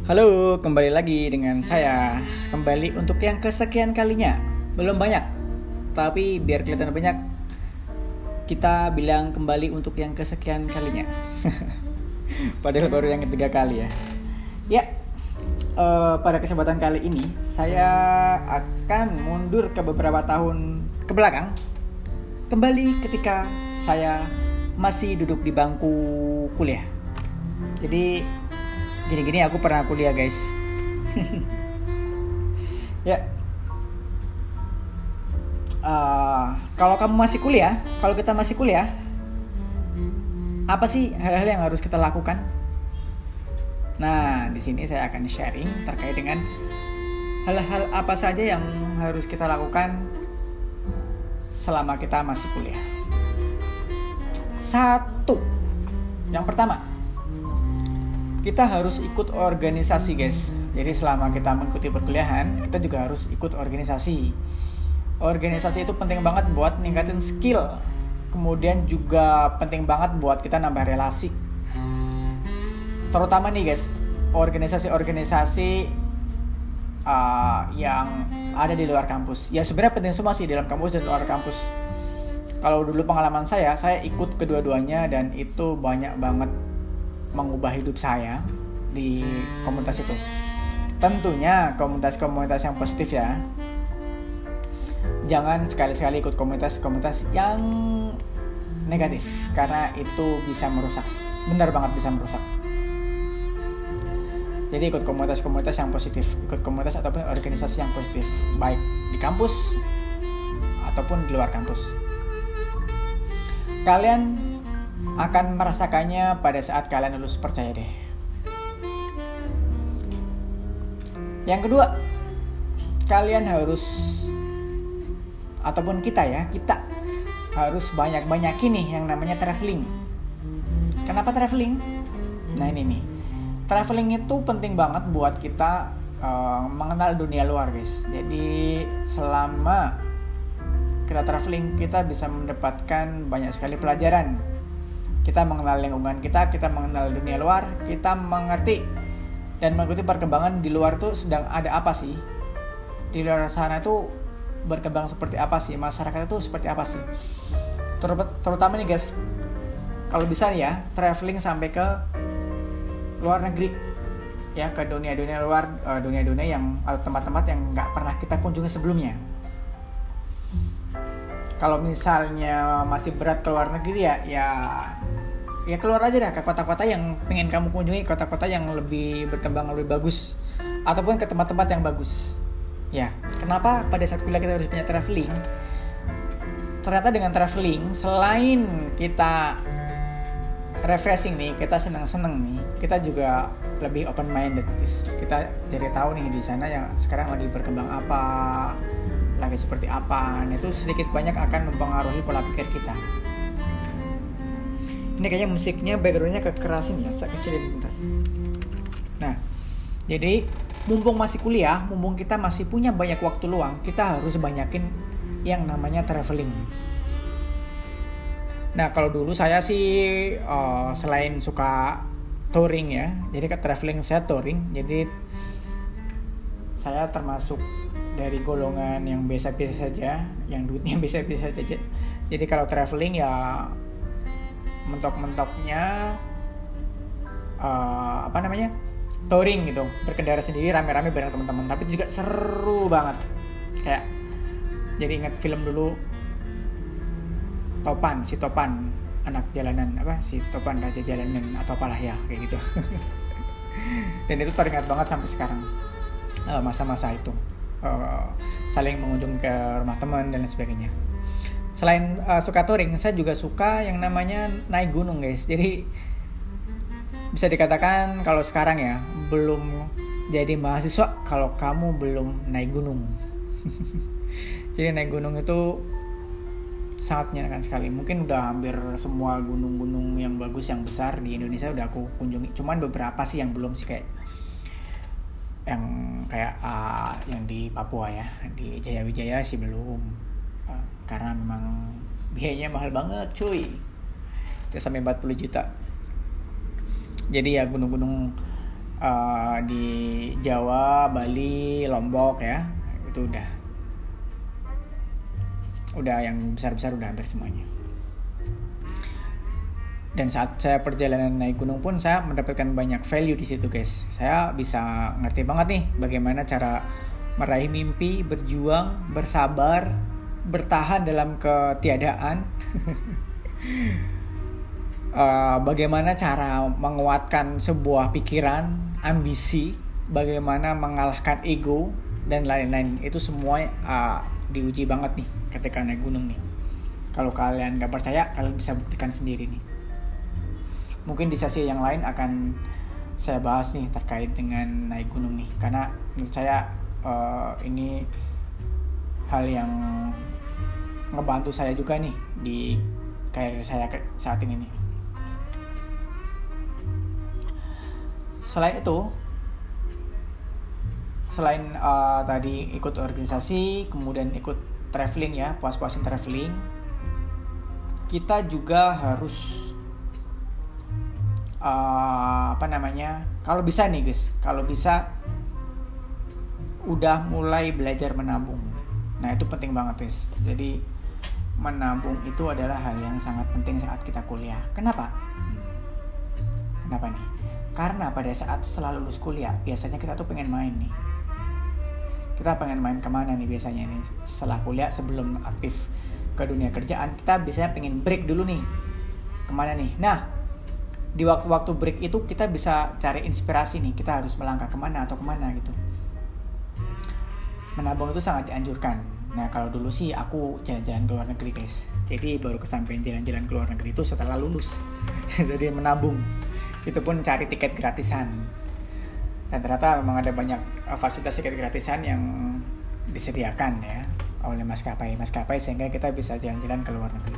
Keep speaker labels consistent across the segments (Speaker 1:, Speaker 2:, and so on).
Speaker 1: Halo, kembali lagi dengan saya. Kembali untuk yang kesekian kalinya. Belum banyak, tapi biar kelihatan banyak, kita bilang kembali untuk yang kesekian kalinya. Padahal baru yang ketiga kali ya. Ya, pada kesempatan kali ini saya akan mundur ke beberapa tahun ke belakang. Kembali ketika saya masih duduk di bangku kuliah. Jadi gini-gini aku pernah kuliah guys. Ya, kalau kamu masih kuliah, kalau kita masih kuliah, apa sih hal-hal yang harus kita lakukan? Nah, di sini saya akan sharing terkait dengan hal-hal apa saja yang harus kita lakukan selama kita masih kuliah. Satu, yang pertama, kita harus ikut organisasi guys. Jadi selama kita mengikuti perkuliahan, kita juga harus ikut organisasi. Organisasi itu penting banget buat ningkatin skill. Kemudian juga penting banget buat kita nambah relasi. Terutama nih guys, organisasi-organisasi yang ada di luar kampus. Ya sebenarnya penting semua sih, dalam kampus dan luar kampus. Kalau dulu pengalaman saya ikut kedua-duanya dan itu banyak banget mengubah hidup saya di komunitas itu. Tentunya komunitas-komunitas yang positif ya. Jangan sekali-sekali ikut komunitas-komunitas yang negatif, karena itu bisa merusak. Benar banget bisa merusak. Jadi ikut komunitas-komunitas yang positif, ikut komunitas ataupun organisasi yang positif, baik di kampus ataupun di luar kampus. Kalian akan merasakannya pada saat kalian lulus, percaya deh. Yang kedua, kalian harus, ataupun kita harus banyak-banyakin nih yang namanya traveling. Kenapa traveling? Nah ini nih, traveling itu penting banget buat kita mengenal dunia luar guys. Jadi selama kita traveling, kita bisa mendapatkan banyak sekali pelajaran. Kita mengenal lingkungan kita mengenal dunia luar, kita mengerti dan mengikuti perkembangan di luar tuh sedang ada apa sih. Di luar sana tuh berkembang seperti apa sih, masyarakat itu seperti apa sih. Terutama nih guys, kalau bisa nih ya, traveling sampai ke luar negeri. Ya, ke dunia-dunia luar, dunia-dunia yang atau tempat-tempat yang nggak pernah kita kunjungi sebelumnya. Kalau misalnya masih berat ke luar negeri ya keluar aja dah ke kota-kota yang pengen kamu kunjungi, kota-kota yang lebih berkembang, lebih bagus, ataupun ke tempat-tempat yang bagus. Ya, kenapa pada saat kuliah kita harus punya traveling? Ternyata dengan traveling, selain kita refreshing nih, kita senang-senang nih, kita juga lebih open minded. Kita jadi tahu nih di sana yang sekarang lagi berkembang apa, lagi seperti apa. Nah, itu sedikit banyak akan mempengaruhi pola pikir kita. Ini kayaknya musiknya backgroundnya kekerasin ya, saya kecilin bentar. Nah, jadi mumpung masih kuliah, mumpung kita masih punya banyak waktu luang, kita harus banyakin yang namanya traveling. Nah, kalau dulu saya sih selain suka touring ya, jadi ke traveling saya touring. Jadi saya termasuk dari golongan yang biasa-biasa saja, yang duitnya biasa-biasa saja. Jadi kalau traveling ya mentok-mentoknya touring gitu, berkendara sendiri rame-rame bareng teman-teman. Tapi itu juga seru banget. Kayak jadi ingat film dulu, si Topan anak jalanan, si Topan raja jalanan atau apalah ya, kayak gitu. Dan itu teringat banget sampai sekarang, masa-masa itu, saling mengunjungi ke rumah teman dan lain sebagainya. Selain suka touring, saya juga suka yang namanya naik gunung guys. Jadi bisa dikatakan kalau sekarang ya, belum jadi mahasiswa kalau kamu belum naik gunung. Jadi naik gunung itu sangat menyenangkan sekali. Mungkin udah hampir semua gunung-gunung yang bagus, yang besar di Indonesia udah aku kunjungi. Cuman beberapa sih yang belum sih, kayak yang di Papua ya, di Jayawijaya sih belum. Karena memang biayanya mahal banget cuy, bisa sampai 40 juta. Jadi ya gunung-gunung di Jawa, Bali, Lombok ya, itu udah yang besar-besar udah hampir semuanya. Dan saat saya perjalanan naik gunung pun saya mendapatkan banyak value di situ guys. Saya bisa ngerti banget nih bagaimana cara meraih mimpi, berjuang, bersabar, bertahan dalam ketiadaan. Bagaimana cara menguatkan sebuah pikiran, ambisi, bagaimana mengalahkan ego dan lain-lain. Itu semua diuji banget nih ketika naik gunung nih. Kalau kalian gak percaya, kalian bisa buktikan sendiri nih. Mungkin di sesi yang lain akan saya bahas nih terkait dengan naik gunung nih, karena menurut saya ini hal yang ngebantu saya juga nih di karir saya saat ini nih. Selain itu, selain tadi ikut organisasi, kemudian ikut traveling ya, puas-puasin traveling, kita juga harus kalau bisa nih guys, kalau bisa udah mulai belajar menabung. Nah itu penting banget guys. Jadi menabung itu adalah hal yang sangat penting saat kita kuliah. Kenapa nih? Karena pada saat setelah lulus kuliah biasanya kita tuh pengen main nih. Kita pengen main kemana nih biasanya nih setelah kuliah, sebelum aktif ke dunia kerjaan, kita biasanya pengen break dulu nih. Kemana nih? Nah, di waktu-waktu break itu kita bisa cari inspirasi nih, kita harus melangkah kemana gitu. Menabung itu sangat dianjurkan. Nah kalau dulu sih aku jalan-jalan ke luar negeri guys, jadi baru kesampaian jalan-jalan ke luar negeri itu setelah lulus. Jadi menabung, itu pun cari tiket gratisan, dan ternyata memang ada banyak fasilitas tiket gratisan yang disediakan ya oleh maskapai sehingga kita bisa jalan-jalan ke luar negeri.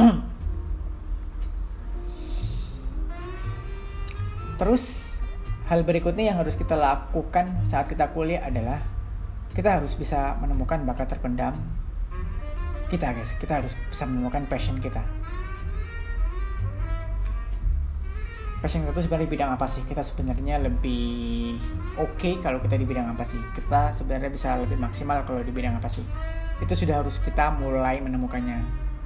Speaker 1: Terus hal berikutnya yang harus kita lakukan saat kita kuliah adalah kita harus bisa menemukan bakat terpendam kita guys. Kita harus bisa menemukan passion kita. Passion itu sebenarnya di bidang apa sih? Kita sebenarnya lebih oke kalau kita di bidang apa sih? Kita sebenarnya bisa lebih maksimal kalau di bidang apa sih? Itu sudah harus kita mulai menemukannya.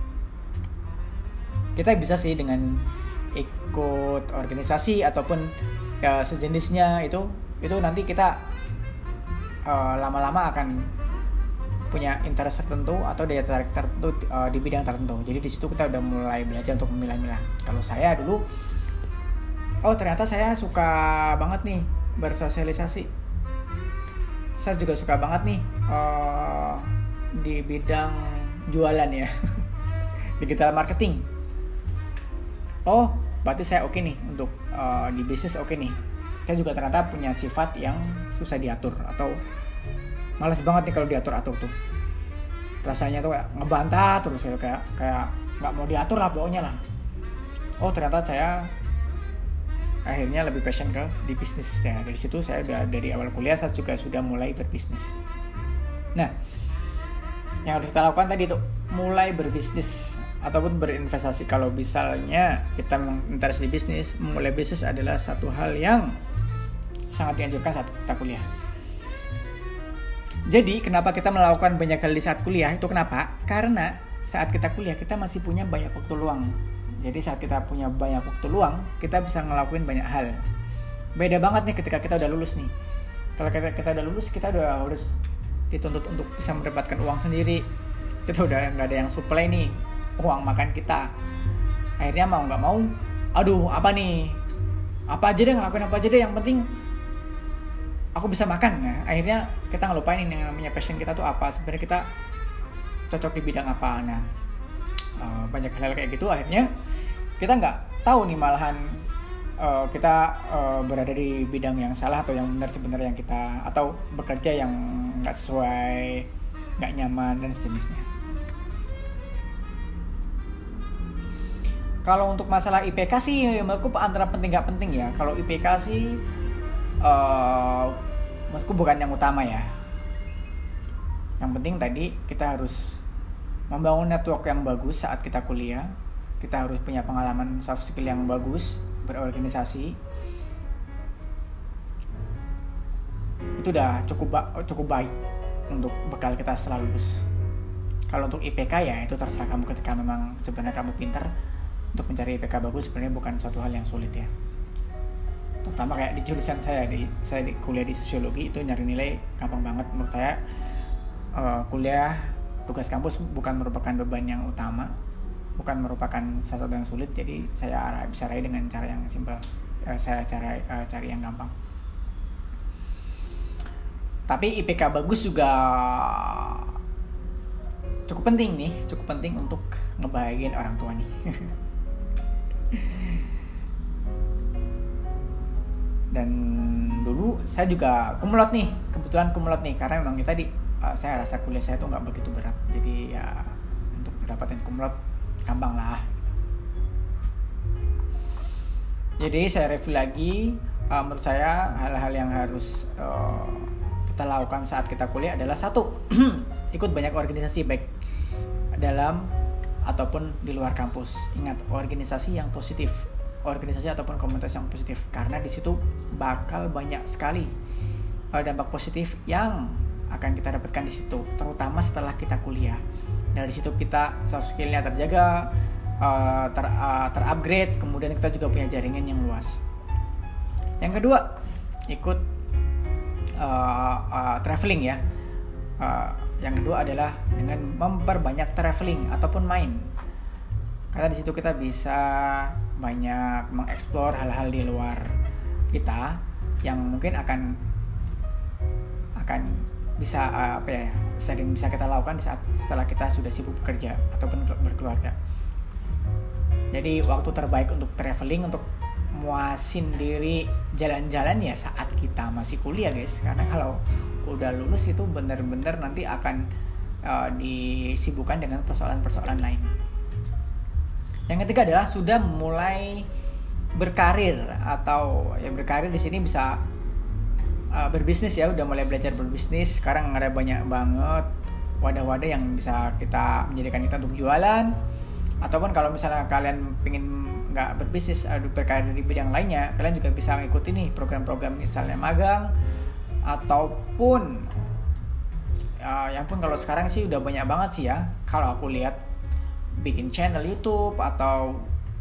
Speaker 1: Kita bisa sih dengan ikut organisasi ataupun ya sejenisnya, itu nanti kita lama-lama akan punya interest tertentu atau daya tarik tertentu di bidang tertentu. Jadi di situ kita udah mulai belajar untuk memilah-milah. Kalau saya dulu, ternyata saya suka banget nih bersosialisasi. Saya juga suka banget nih di bidang jualan ya, digital marketing. Berarti saya oke nih untuk di bisnis oke nih. Saya juga ternyata punya sifat yang susah diatur atau malas banget nih kalau diatur-atur tuh. Rasanya tuh kayak ngebantah terus kayak nggak mau diatur lah pokoknya lah. Ternyata saya akhirnya lebih passion ke di bisnis. Nah dari situ saya udah dari awal kuliah saya juga sudah mulai berbisnis. Nah yang harus kita lakukan tadi tuh mulai berbisnis ataupun berinvestasi. Kalau misalnya kita memang interest di bisnis, memulai bisnis adalah satu hal yang sangat dianjurkan saat kita kuliah. Jadi kenapa kita melakukan banyak hal di saat kuliah itu kenapa? Karena saat kita kuliah kita masih punya banyak waktu luang. Jadi saat kita punya banyak waktu luang, kita bisa ngelakuin banyak hal. Beda banget nih ketika kita udah lulus nih. Kalau kita udah lulus, kita udah harus dituntut untuk bisa mendapatkan uang sendiri. Kita udah nggak ada yang supply nih uang makan kita. Akhirnya mau nggak mau, apa nih? Apa aja deh, ngelakuin apa aja deh, yang penting aku bisa makan. Nah, akhirnya kita ngelupain yang namanya passion kita tuh apa. Sebenarnya kita cocok di bidang apa. Nah, banyak hal kayak gitu. Akhirnya kita nggak tahu nih malahan kita berada di bidang yang salah atau yang benar sebenarnya yang kita, atau bekerja yang nggak sesuai, nggak nyaman dan sejenisnya. Kalau untuk masalah IPK sih menurutku antara penting nggak penting ya. Kalau IPK sih menurutku bukan yang utama ya. Yang penting tadi kita harus membangun network yang bagus saat kita kuliah. Kita harus punya pengalaman soft skill yang bagus, berorganisasi. itu udah cukup baik untuk bekal kita setelah lulus. Kalau untuk IPK ya itu terserah kamu, ketika memang sebenarnya kamu pintar, untuk mencari IPK bagus sebenarnya bukan suatu hal yang sulit ya. Terutama kayak di jurusan saya di kuliah di sosiologi itu nyari nilai gampang banget menurut saya. Kuliah tugas kampus bukan merupakan beban yang utama, bukan merupakan sesuatu yang sulit, jadi saya bisa raih dengan cara yang simpel. Saya cari yang gampang. Tapi IPK bagus juga cukup penting untuk ngebahagiain orang tua nih. Dan dulu saya juga kumlot nih, kebetulan kumlot nih, karena memang tadi saya rasa kuliah saya tuh nggak begitu berat, jadi ya untuk mendapatkan kumlot gampang lah. Jadi saya review lagi, menurut saya hal-hal yang harus kita lakukan saat kita kuliah adalah 1, ikut banyak organisasi baik dalam ataupun di luar kampus. Ingat, organisasi yang positif, organisasi ataupun komunitas yang positif, karena di situ bakal banyak sekali dampak positif yang akan kita dapatkan di situ, terutama setelah kita kuliah. Dari situ kita soft skill-nya terjaga, terupgrade, kemudian kita juga punya jaringan yang luas. Yang kedua, ikut traveling ya. Yang kedua adalah dengan memperbanyak traveling ataupun main, karena di situ kita bisa banyak mengeksplor hal-hal di luar kita yang mungkin akan bisa sering bisa kita lakukan setelah kita sudah sibuk bekerja ataupun berkeluarga. Jadi waktu terbaik untuk traveling, untuk muasin diri jalan-jalan ya saat kita masih kuliah guys, karena kalau udah lulus itu benar-benar nanti akan disibukkan dengan persoalan-persoalan lain. Yang ketiga adalah sudah mulai berkarir, atau ya berkarir di sini bisa berbisnis ya, udah mulai belajar berbisnis. Sekarang ada banyak banget wadah-wadah yang bisa kita menjadikan kita untuk jualan, ataupun kalau misalnya kalian pengen nggak berbisnis, berkarir di bidang lainnya, kalian juga bisa mengikuti nih program-program misalnya magang, ataupun yang pun kalau sekarang sih udah banyak banget sih ya, kalau aku lihat bikin channel YouTube atau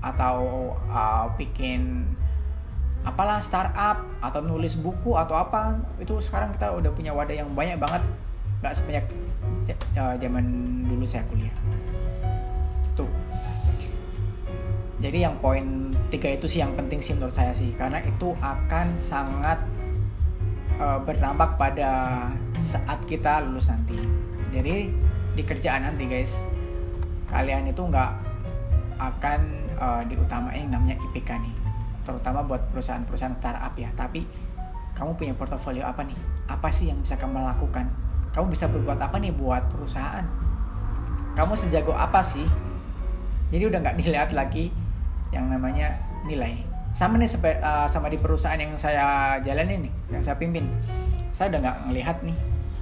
Speaker 1: bikin apalah startup atau nulis buku atau apa, itu sekarang kita udah punya wadah yang banyak banget, nggak sebanyak zaman dulu saya kuliah tuh. Jadi yang poin 3 itu sih yang penting sih menurut saya sih, karena itu akan sangat berdampak pada saat kita lulus nanti. Jadi di kerjaan nanti guys, kalian itu nggak akan diutamain namanya IPK nih, terutama buat perusahaan-perusahaan startup ya. Tapi kamu punya portofolio apa nih? Apa sih yang bisa kamu lakukan? Kamu bisa berbuat apa nih buat perusahaan? Kamu sejago apa sih? Jadi udah nggak dilihat lagi yang namanya nilai. Sama nih sama di perusahaan yang saya jalanin nih, yang saya pimpin. Saya udah nggak ngelihat nih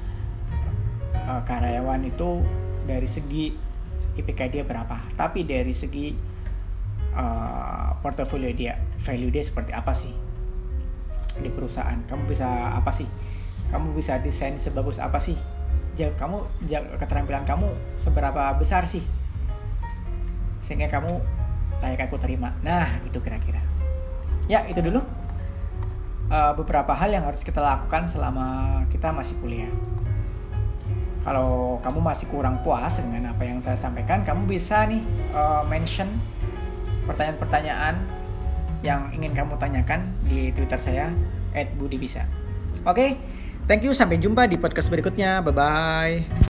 Speaker 1: karyawan itu dari segi IPK dia berapa, tapi dari segi portofolio dia, value dia seperti apa sih di perusahaan. Kamu bisa apa sih? Kamu bisa desain sebagus apa sih? Keterampilan kamu seberapa besar sih sehingga kamu layak aku terima. Nah, itu kira-kira. Ya, itu dulu beberapa hal yang harus kita lakukan selama kita masih kuliah. Kalau kamu masih kurang puas dengan apa yang saya sampaikan, kamu bisa nih mention pertanyaan-pertanyaan yang ingin kamu tanyakan di Twitter saya @budibisa. Oke, thank you, sampai jumpa di podcast berikutnya. Bye-bye.